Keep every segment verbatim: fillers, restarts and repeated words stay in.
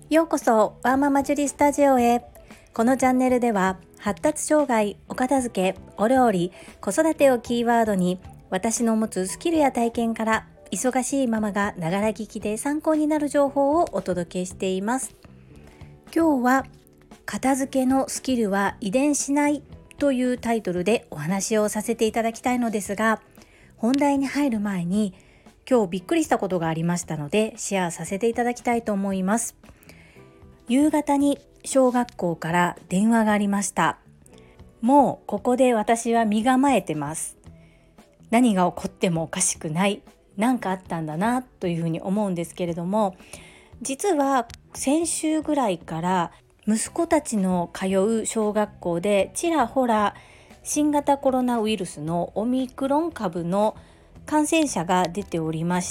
ようこそワーママジュリスタジオへ。このチャンネルでは発達障害、お片付け、お料理、子育てをキーワードに私の持つスキルや体験から忙しいママがながら聞きで参考になる情報をお届けしています。今日は片付けのスキルは遺伝しないというタイトルでお話をさせていただきたいのですが、本題に入る前に今日びっくりしたことがありましたのでシェアさせていただきたいと思います。夕方に小学校から電話がありました。もうここで私は身構えてます。何が起こってもおかしくない、何かあったんだなというふうに思うんですけれども、実は先週ぐらいから息子たちの通う小学校でちらほら新型コロナウイルスのオミクロン株の感染者が出ておりまして、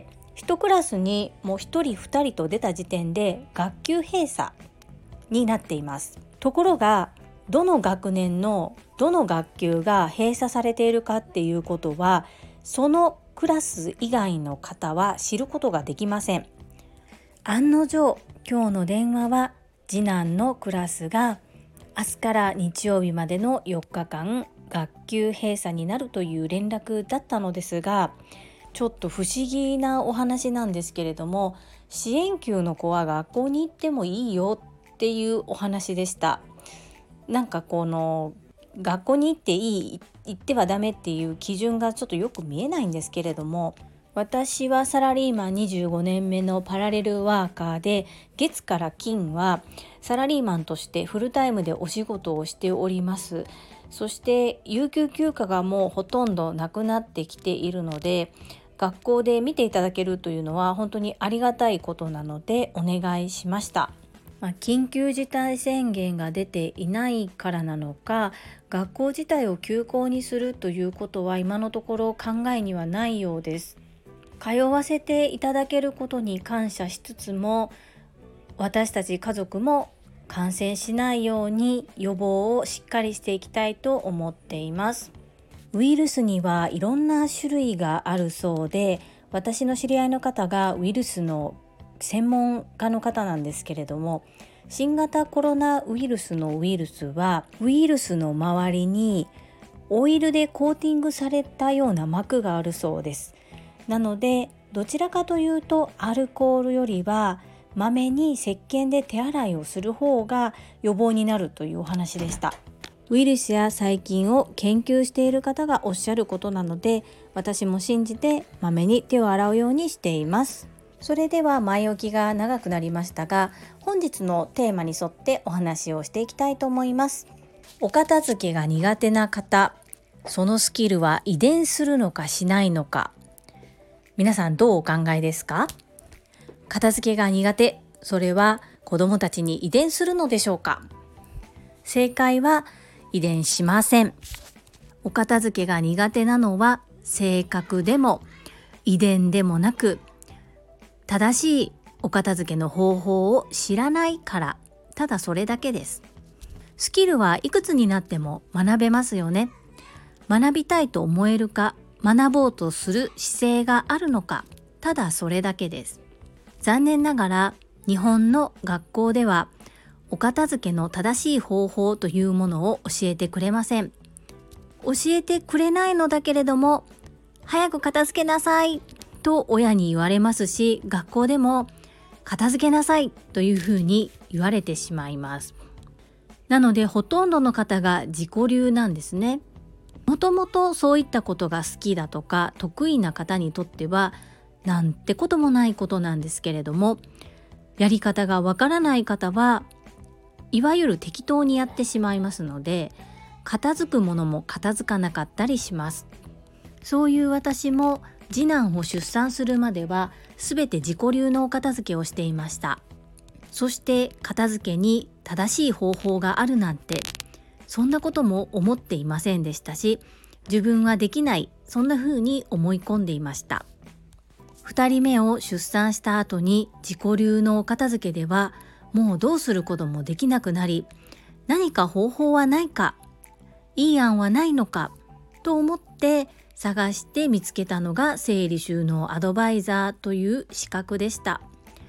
一クラスにもう一人二人と出た時点で学級閉鎖になっています。ところがどの学年のどの学級が閉鎖されているかっていうことはそのクラス以外の方は知ることができません。案の定、今日の電話は次男のクラスが明日から日曜日までのよっかかん学級閉鎖になるという連絡だったのですが、ちょっと不思議なお話なんですけれども、支援級の子は学校に行ってもいいよっていうお話でした。なんかこの学校に行っていい、行ってはダメっていう基準がちょっとよく見えないんですけれども、私はサラリーマンにじゅうごねんめのパラレルワーカーで、月から金はサラリーマンとしてフルタイムでお仕事をしております。そして有給休暇がもうほとんどなくなってきているので、学校で見ていただけるというのは本当にありがたいことなのでお願いしました。まあ、緊急事態宣言が出ていないからなのか、学校自体を休校にするということは今のところ考えにはないようです。通わせていただけることに感謝しつつも、私たち家族も感染しないように予防をしっかりしていきたいと思っています。ウイルスにはいろんな種類があるそうで、私の知り合いの方がウイルスの専門家の方なんですけれども、新型コロナウイルスのウイルスはウイルスの周りにオイルでコーティングされたような膜があるそうです。なのでどちらかというとアルコールよりはまめに石鹸で手洗いをする方が予防になるというお話でした。ウイルスや細菌を研究している方がおっしゃることなので、私も信じてまめに手を洗うようにしています。それでは前置きが長くなりましたが、本日のテーマに沿ってお話をしていきたいと思います。お片付けが苦手な方、そのスキルは遺伝するのかしないのか、皆さんどうお考えですか？片付けが苦手、それは子どもたちに遺伝するのでしょうか？正解は遺伝しません。お片付けが苦手なのは性格でも遺伝でもなく、正しいお片付けの方法を知らないから、ただそれだけです。スキルはいくつになっても学べますよね。学びたいと思えるか、学ぼうとする姿勢があるのか、ただそれだけです。残念ながら日本の学校ではお片付けの正しい方法というものを教えてくれません。教えてくれないのだけれども、早く片付けなさいと親に言われますし、学校でも片付けなさいというふうに言われてしまいます。なのでほとんどの方が自己流なんですね。もともとそういったことが好きだとか得意な方にとってはなんてこともないことなんですけれども、やり方がわからない方はいわゆる適当にやってしまいますので、片付くものも片付かなかったりします。そういう私も次男を出産するまではすべて自己流のお片付けをしていました。そして片付けに正しい方法があるなんて、そんなことも思っていませんでしたし、自分はできない、そんな風に思い込んでいました。ふたりめを出産した後に自己流のお片付けではもうどうすることもできなくなり、何か方法はないか、いい案はないのかと思って探して見つけたのが整理収納アドバイザーという資格でした。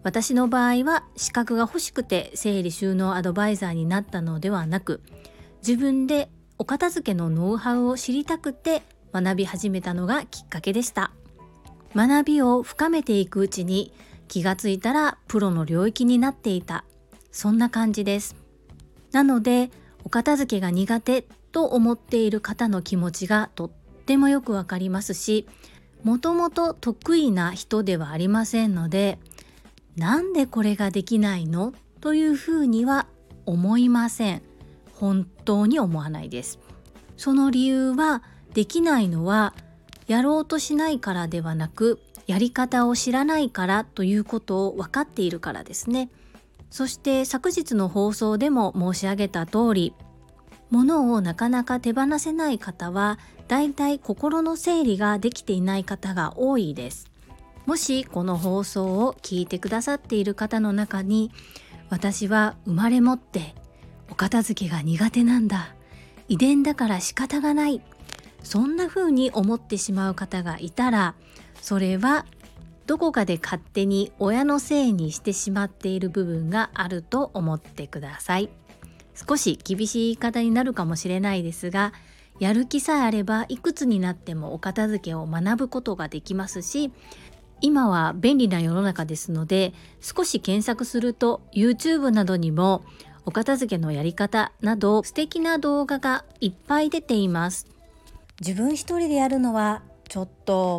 私の場合は資格が欲しくて整理収納アドバイザーになったのではなく、自分でお片付けのノウハウを知りたくて学び始めたのがきっかけでした。学びを深めていくうちに気がついたらプロの領域になっていた、そんな感じです。なのでお片付けが苦手と思っている方の気持ちがとってもよくわかりますし、もともと得意な人ではありませんので、なんでこれができないのというふうには思いません。本当に思わないです。その理由は、できないのはやろうとしないからではなく、やり方を知らないからということを分かっているからですね。そして昨日の放送でも申し上げた通り、物をなかなか手放せない方はだいたい心の整理ができていない方が多いです。もしこの放送を聞いてくださっている方の中に、私は生まれ持ってお片付けが苦手なんだ、遺伝だから仕方がない、そんな風に思ってしまう方がいたら、それはどこかで勝手に親のせいにしてしまっている部分があると思ってください。少し厳しい言い方になるかもしれないですが、やる気さえあればいくつになってもお片付けを学ぶことができますし、今は便利な世の中ですので、少し検索すると YouTube などにもお片付けのやり方など素敵な動画がいっぱい出ています。自分一人でやるのはちょっと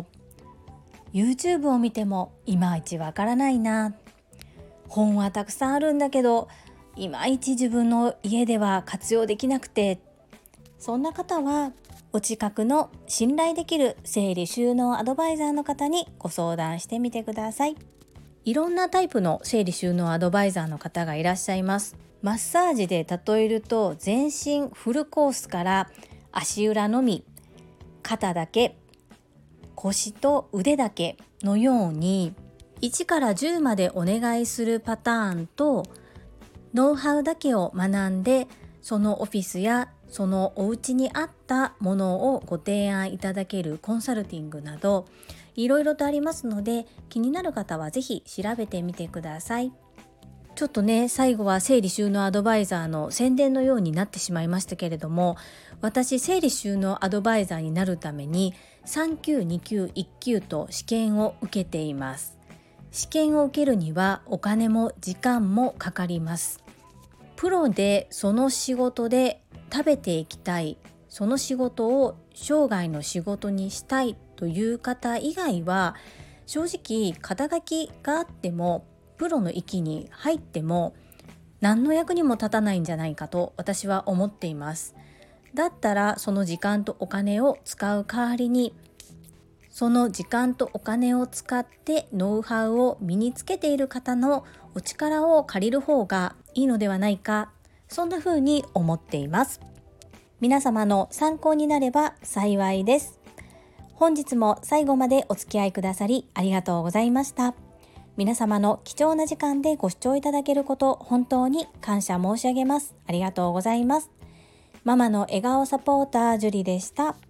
YouTube を見てもいまいちわからないな、本はたくさんあるんだけどいまいち自分の家では活用できなくて、そんな方はお近くの信頼できる整理収納アドバイザーの方にご相談してみてください。いろんなタイプの整理収納アドバイザーの方がいらっしゃいます。マッサージで例えると、全身フルコースから足裏のみ、肩だけ、腰と腕だけのようにいちからじゅうまでお願いするパターンと、ノウハウだけを学んでそのオフィスやそのお家に合ったものをご提案いただけるコンサルティングなどいろいろとありますので、気になる方はぜひ調べてみてください。ちょっとね、最後は整理収納アドバイザーの宣伝のようになってしまいましたけれども、私整理収納アドバイザーになるためにさん級、に級、いっ級と試験を受けています。試験を受けるにはお金も時間もかかります。プロでその仕事で食べていきたい、その仕事を生涯の仕事にしたいという方以外は、正直肩書きがあってもプロの域に入っても何の役にも立たないんじゃないかと私は思っています。だったらその時間とお金を使う代わりに、その時間とお金を使ってノウハウを身につけている方のお力を借りる方がいいのではないか、そんな風に思っています。皆様の参考になれば幸いです。本日も最後までお付き合いくださりありがとうございました。皆様の貴重な時間でご視聴いただけること本当に感謝申し上げます。ありがとうございます。ママの笑顔サポータージュリでした。